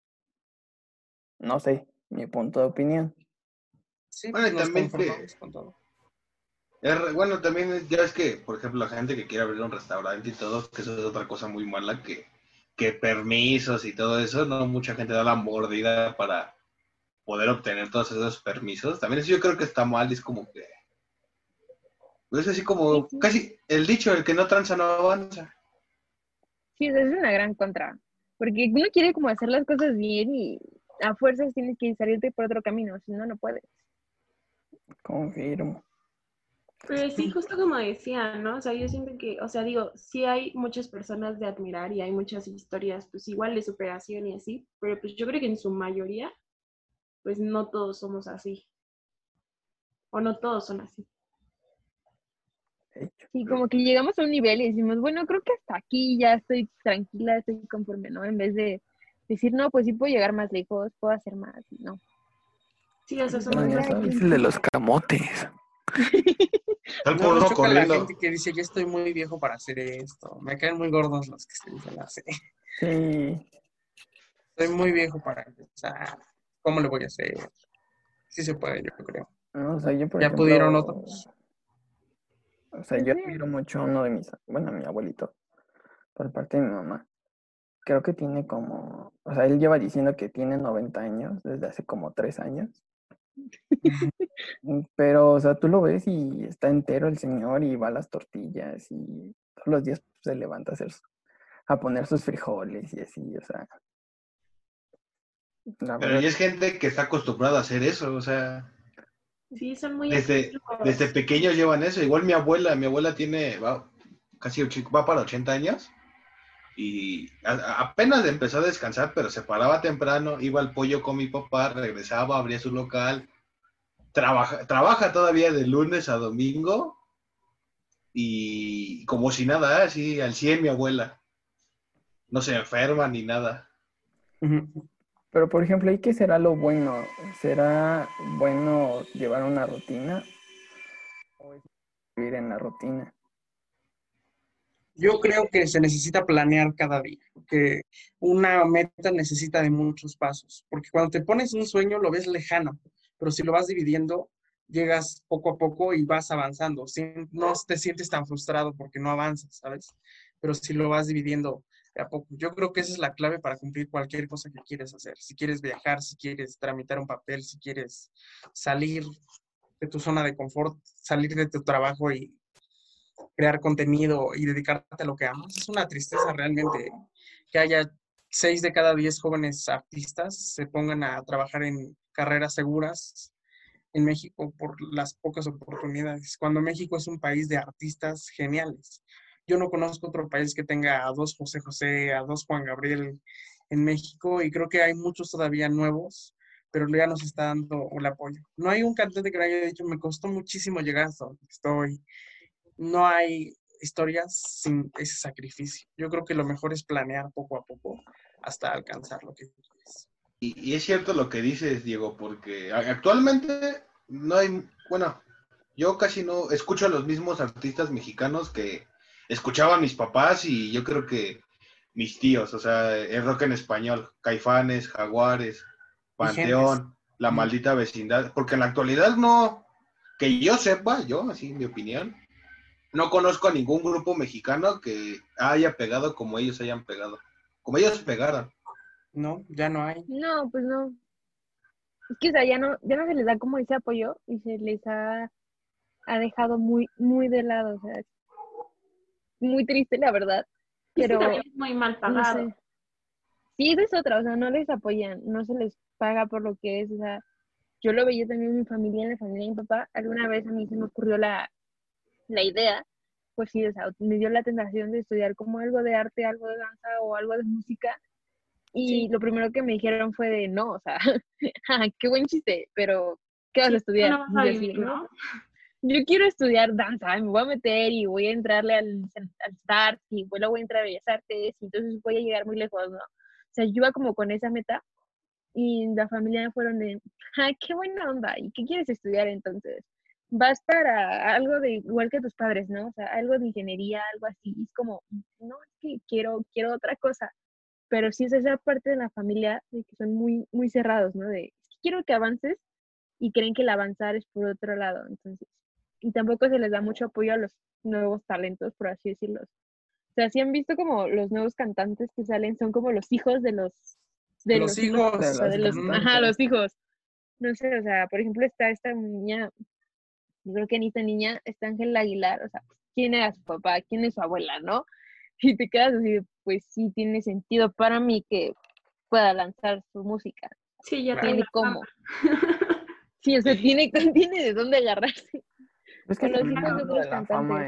No sé, mi punto de opinión. Sí, Bueno, pues y nos también conformamos con todo. bueno, también ya es que, por ejemplo, la gente que quiere abrir un restaurante y todo, que eso es otra cosa muy mala, que permisos y todo eso, no mucha gente da la mordida para poder obtener todos esos permisos. También eso yo creo que está mal, es como que, es así Sí, como, sí, casi el dicho, el que no tranza no avanza. sí, es una gran contra, porque uno quiere como hacer las cosas bien y a fuerzas tienes que salirte por otro camino, si no, no puedes. Confirmo. Pero sí, justo como decía, ¿no? O sea, yo siento que, o sea, digo, sí hay muchas personas de admirar y hay muchas historias, pues igual de superación y así, pero pues yo creo que en su mayoría, pues no todos somos así, o no todos son así. De hecho. Sí, como que llegamos a un nivel y decimos, bueno, creo que hasta aquí ya estoy tranquila, estoy conforme, ¿no? En vez de decir, no, pues sí puedo llegar más lejos, puedo hacer más, no. Sí, o sea, Pues somos bueno, En muy... cada eso quien. dice el de los camotes. Tal No por me uno choca la corriendo. gente que dice, ya estoy muy viejo para hacer esto. Me caen muy gordos los que se dicen así. Sí, Estoy muy viejo para empezar. ¿Cómo le voy a hacer? Sí se puede, yo creo. no, o sea, yo por ¿Ya pudieron ejemplo, otros? o sea, Pues yo sí, admiro mucho a uno de bueno, a mi abuelito, por parte de mi mamá. Creo que tiene como, o sea, él lleva diciendo que tiene 90 años desde hace como 3 años. Pero, o sea, tú lo ves y está entero el señor y va a las tortillas y todos los días se levanta a poner sus frijoles y así, o sea, la Pero verdad, ya es gente que está acostumbrada a hacer eso, o sea, Sí, son muy desde activos. pequeños llevan eso. Igual mi abuela tiene, va para 80 años y apenas empezó a descansar, pero se paraba temprano, iba al pollo con mi papá, regresaba, abría su local, trabaja todavía de lunes a domingo y como si nada, así al 100 mi abuela, no se enferma ni nada. Ujú. pero por ejemplo, ¿y qué será lo bueno? ¿Será bueno llevar una rutina o es vivir en la rutina? Yo creo que se necesita planear cada día, que una meta necesita de muchos pasos, porque cuando te pones un sueño lo ves lejano, pero si lo vas dividiendo, llegas poco a poco y vas avanzando. No te sientes tan frustrado porque no avanzas, ¿sabes? Pero si lo vas dividiendo de a poco, yo creo que esa es la clave para cumplir cualquier cosa que quieres hacer. Si quieres viajar, si quieres tramitar un papel, si quieres salir de tu zona de confort, salir de tu trabajo y crear contenido y dedicarte a lo que amas. Es una tristeza realmente que haya 6 de cada 10 jóvenes artistas se pongan a trabajar en carreras seguras en México por las pocas oportunidades, cuando México es un país de artistas geniales. Yo no conozco otro país que tenga a dos José José, a dos Juan Gabriel en México y creo que hay muchos todavía nuevos, pero ya nos está dando el apoyo. No hay un cantante que me haya dicho, me costó muchísimo llegar hasta donde estoy, no hay historias sin ese sacrificio. Yo creo que lo mejor es planear poco a poco hasta alcanzar lo que quieres. Y es cierto lo que dices, Diego, porque actualmente no hay, bueno, Yo casi no escucho a los mismos artistas mexicanos que escuchaban mis papás y yo creo que mis tíos, o sea, el rock en español, Caifanes, Jaguares, Vigentes. Panteón, La Ujú. Maldita Vecindad, porque en la actualidad no, que yo sepa, yo, así en mi opinión, no conozco a ningún grupo mexicano que haya pegado como ellos hayan pegado, como ellos pegaron. No, ya no hay. No, pues no. Es que, o sea, ya no se les da como ese apoyo y se les ha dejado muy, muy de lado. O sea, es muy triste, la verdad. Y es que Pero, también es muy mal no pagado. sé. Sí, esa es otra, o sea, no les apoyan, no se les paga por lo que es, o sea, yo lo veía también en mi familia, en la familia de mi papá. Alguna vez a mí se me ocurrió la idea, pues sí, o sea, me dio la tentación de estudiar como algo de arte, algo de danza o algo de música. Y Sí, lo primero que me dijeron fue de no, o sea, qué buen chiste, pero ¿qué vas a sí, tú estudiar? no vas Y a yo así, vivir, no, ¿no? yo quiero estudiar danza, me voy a meter y voy a entrarle al START y luego voy a entrar a Bellas Artes y entonces voy a llegar muy lejos, ¿no? O sea, yo iba como con esa meta y la familia me fueron de, qué buena onda, ¿y qué quieres estudiar entonces? Vas para algo de igual que tus padres, ¿no? O sea, algo de ingeniería, algo así. Y es como, no, es que quiero otra cosa. Pero sí es esa parte de la familia de que son muy, muy cerrados, ¿no? De, es que quiero que avances y creen que el avanzar es por otro lado. Entonces, y tampoco se les da mucho apoyo a los nuevos talentos, por así decirlo. O sea, sí han visto como los nuevos cantantes que salen son como los hijos de Los los hijos, De o sea, los hijos. de los, Ujú. ajá, cantantes. los hijos. No sé, o sea, por ejemplo, está esta niña, yo creo que en esta niña está Ángel Aguilar, o sea, pues, ¿quién era su papá? ¿Quién es su abuela, no? Y te quedas así, de, pues sí tiene sentido para mí que pueda lanzar su música. Sí, ya trae Claro. la Tiene fama. cómo. Sí, o sea, Sí. tiene de dónde agarrarse. Es O que los también hijos de hablando de otros la cantantes. fama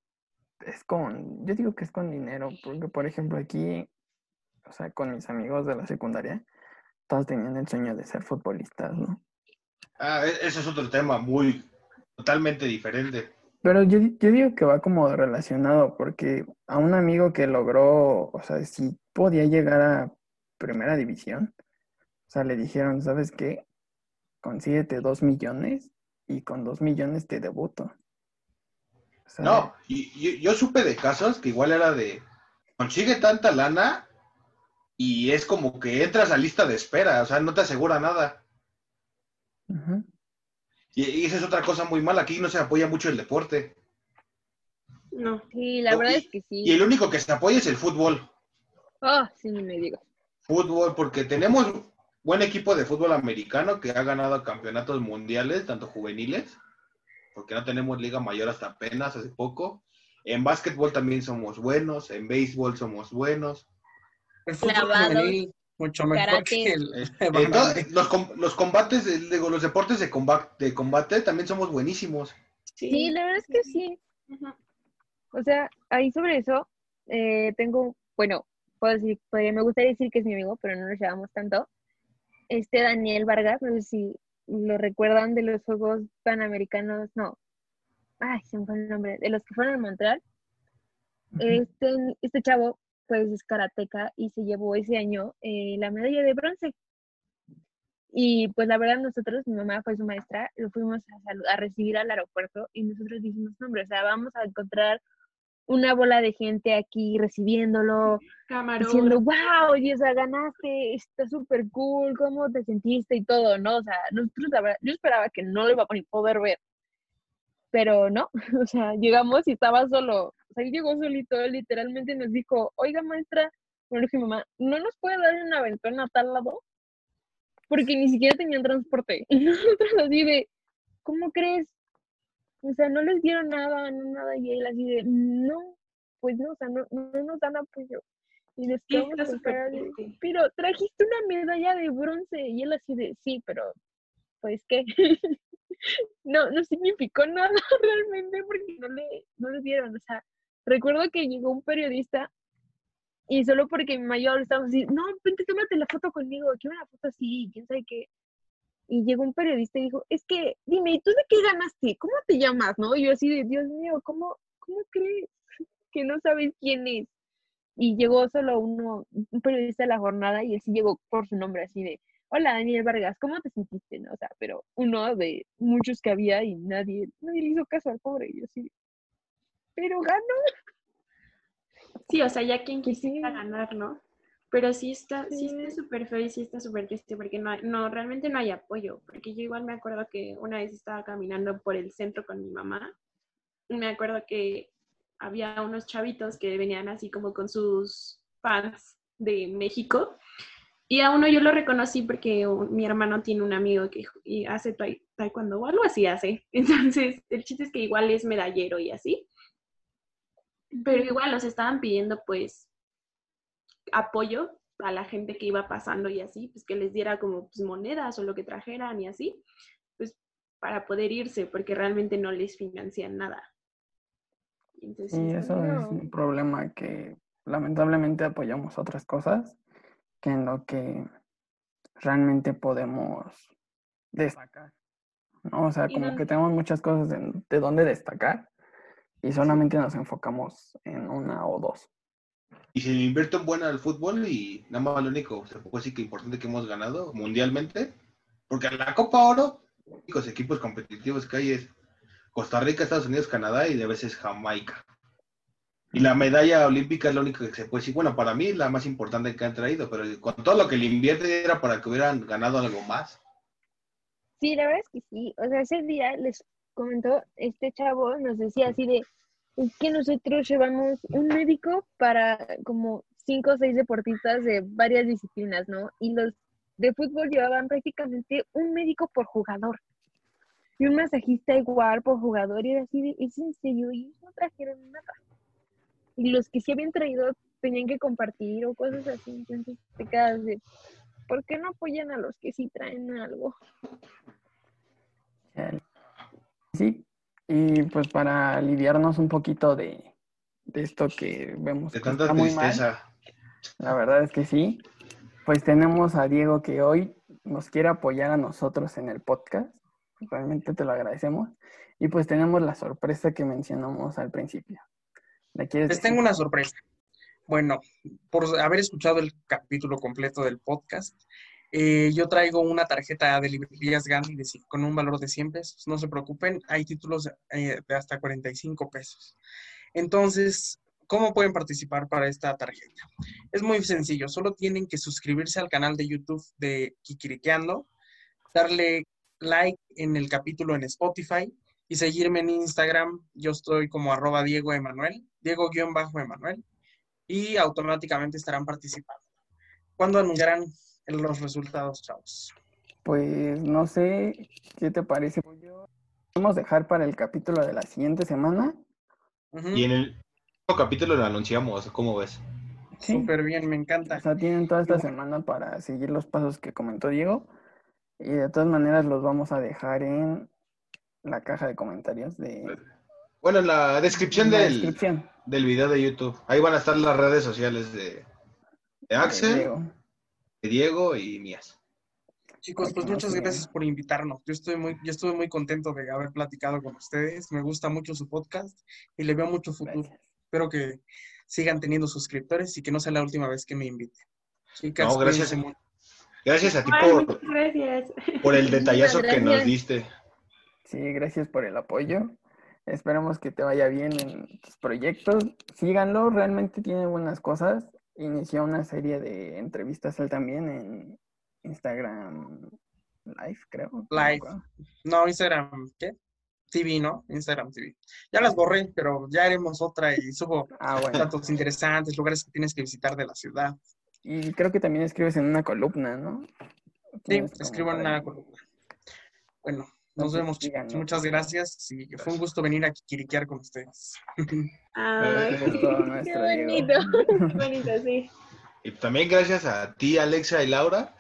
es yo digo que es con dinero, porque por ejemplo aquí, o sea, con mis amigos de la secundaria, todos tenían el sueño de ser futbolistas, ¿no? Ese es otro tema muy, totalmente diferente. Pero yo digo que va como relacionado, porque a un amigo que logró, o sea, si podía llegar a primera división, o sea, le dijeron, ¿sabes qué? Consíguete 2 millones y con 2 millones te debuto. O sea, No, y yo supe de casos que igual era de, consigue tanta lana y es como que entras a lista de espera, o sea, no te asegura nada. ujú. Y esa es otra cosa muy mala, aquí no se apoya mucho el deporte. No. Sí, la verdad es Y, que y sí. el único que se apoya es el fútbol. Oh, sí, ni me digas. Fútbol, porque tenemos buen equipo de fútbol americano que ha ganado campeonatos mundiales, tanto juveniles, porque no tenemos liga mayor hasta apenas hace poco. En básquetbol también somos buenos, en béisbol somos buenos. El fútbol Clavados, femenil, mucho mejor que karates. el varonil. Los combates, digo, los deportes de combate también somos buenísimos. Sí, Sí. la verdad es que sí. Ujú. O sea, ahí sobre eso, tengo, bueno, puedo decir, me gustaría decir que es mi amigo, pero no nos llevamos tanto. Este Daniel Vargas, no sé si lo recuerdan de los Juegos Panamericanos, no, ay, se me fue el nombre, de los que fueron en Montreal. Ujú. Este chavo, pues es karateca y se llevó ese año la medalla de bronce. Y pues la verdad nosotros, mi mamá fue su maestra, lo fuimos a recibir al aeropuerto y nosotros dijimos, no, hombre, o sea, vamos a encontrar una bola de gente aquí recibiéndolo, diciendo, Camarógrafo. wow, y o sea, ganaste, está súper cool, ¿cómo te sentiste y todo, no? O sea, nosotros, la verdad, yo esperaba que no lo iba a poder ver, pero no, o sea, llegamos y estaba solo, o sea, él llegó solito, literalmente nos dijo, oiga, maestra, bueno, dije, mamá, ¿no nos puede dar una aventón a tal lado? Porque ni siquiera tenían transporte. Y nosotros así de, ¿cómo crees? O sea, no les dieron nada, no nada, y él así de, no, pues no, o sea, no nos dan apoyo. Y nos Sí, quedamos está con súper cara de, triste. pero trajiste una medalla de bronce. Y él así de, sí, pero, pues, ¿qué? No significó nada realmente porque no le dieron. O sea, recuerdo que llegó un periodista y solo porque mi mayor estaba así, no, vente, tómate la foto conmigo, quiero una foto así, quién sabe qué. Y llegó un periodista y dijo, es que, dime, ¿y tú de qué ganaste? ¿Cómo te llamas? ¿No? Y yo así de, Dios mío, ¿cómo crees que no sabes quién es? Y llegó solo un periodista de la jornada y él sí llegó por su nombre, así de, hola Daniel Vargas, ¿cómo te sentiste? ¿No? O sea, pero uno de muchos que había y nadie le hizo caso al pobre. Y yo así, pero ganó. Sí, o sea, ya quien Pues sí, quisiera ganar, ¿no? Pero sí está sí. súper feo y sí está súper triste porque realmente no hay apoyo. Porque yo igual me acuerdo que una vez estaba caminando por el centro con mi mamá y me acuerdo que había unos chavitos que venían así como con sus fans de México y a uno yo lo reconocí porque mi hermano tiene un amigo que hace taekwondo o algo así hace. Entonces, el chiste es que igual es medallero y así. Pero igual los estaban pidiendo pues apoyo a la gente que iba pasando y así, pues que les diera como pues, monedas o lo que trajeran y así, pues para poder irse, porque realmente no les financian nada. Entonces, sí, Y está eso es No. un problema que lamentablemente apoyamos otras cosas que en lo que realmente podemos destacar, ¿no? O sea, y como no, que tenemos muchas cosas de dónde destacar y sí, solamente nos enfocamos en una o dos. Y se invierte en buena al fútbol y nada más lo único, se puede decir que importante que hemos ganado mundialmente, porque en la Copa Oro, los únicos equipos competitivos que hay es Costa Rica, Estados Unidos, Canadá y de veces Jamaica. Y la medalla olímpica es la única que se puede decir, bueno, para mí es la más importante que han traído, pero con todo lo que le invierte era para que hubieran ganado algo más. Sí, la verdad es que sí. O sea, ese día les comentó este chavo, nos decía así de, es que nosotros llevamos un médico para como 5 o 6 deportistas de varias disciplinas, ¿no? Y los de fútbol llevaban prácticamente un médico por jugador y un masajista igual por jugador y era así de, es en serio, y ellos no trajeron nada. Y los que sí habían traído tenían que compartir o cosas así, entonces te quedas de, ¿por qué no apoyan a los que sí traen algo? Sí, y pues para aliviarnos un poquito de esto que vemos De que tanta está muy mal, tristeza. la verdad es que sí, pues tenemos a Diego que hoy nos quiere apoyar a nosotros en el podcast. Realmente te lo agradecemos. Y pues tenemos la sorpresa que mencionamos al principio. ¿La quieres Les decir? tengo una sorpresa. Bueno, por haber escuchado el capítulo completo del podcast, yo traigo una tarjeta de librerías Gandhi con un valor de 100 pesos. No se preocupen, hay títulos de hasta 45 pesos. Entonces, ¿cómo pueden participar para esta tarjeta? Es muy sencillo, solo tienen que suscribirse al canal de YouTube de Kikiriqueando, darle like en el capítulo en Spotify y seguirme en Instagram. Yo estoy como @DiegoEmanuel, Diego-Emanuel, y automáticamente estarán participando. ¿Cuándo anunciarán los resultados, chavos? Pues no sé qué te parece. Podemos dejar para el capítulo de la siguiente semana. Y Uh-huh. en el capítulo lo anunciamos, ¿cómo ves? Sí, Súper bien, me o encanta. sea, tienen toda Y esta semana para seguir los pasos que comentó Diego. Y de todas maneras los vamos a dejar en la caja de comentarios Bueno, en la descripción en la descripción del video de YouTube, ahí van a estar las redes sociales de de Axel, Diego. de Diego y mías. chicos, Para que pues nos muchas gracias sigan. por invitarnos. Yo estuve muy contento de haber platicado con ustedes. Me gusta mucho su podcast y le veo mucho futuro. Gracias. Espero que sigan teniendo suscriptores y que no sea la última vez que me inviten. No, Chicas, gracias. cuídense mucho. Gracias a ti igual, muchas gracias. por el Muchísimas detallazo que nos gracias. diste. Sí, gracias por el apoyo. Esperemos que te vaya bien en tus proyectos. Síganlo, realmente tiene buenas cosas. Inició una serie de entrevistas él también en Instagram Live, creo. No me Live. acuerdo. No, Instagram, ¿qué? TV, ¿no? Instagram TV. Ya las borré, pero ya haremos otra y subo Ah, bueno. datos interesantes, lugares que tienes que visitar de la ciudad. Y creo que también escribes en una columna, ¿no? Sí, Tienes como escribo en por una ahí. columna. Bueno, nos Entonces, vemos, chicos. síganlo, por Muchas favor. gracias. Sí, fue un Gracias. gusto venir a Kikiriquear con ustedes. Ay, Es todo Qué nuestro, Diego. bonito. qué bonito, sí. Y también gracias a ti, Alexa y Laura,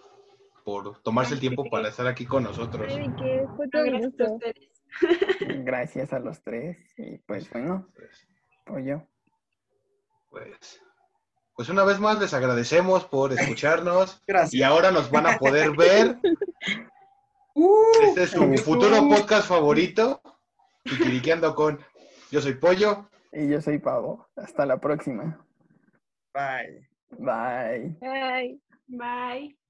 por tomarse el Ay, tiempo para estar aquí con nosotros. Ay, que fue no, todo un gracias a gusto. ustedes. Gracias a los tres. Y pues bueno, Pues, pollo. pues una vez más les agradecemos por escucharnos y Gracias. ahora nos van a poder ver. Este es En su futuro YouTube. podcast favorito, Kikiriqueando con Yo Soy Pollo. Y yo soy Pavo. Hasta la próxima. Bye. Bye. Ay. Bye.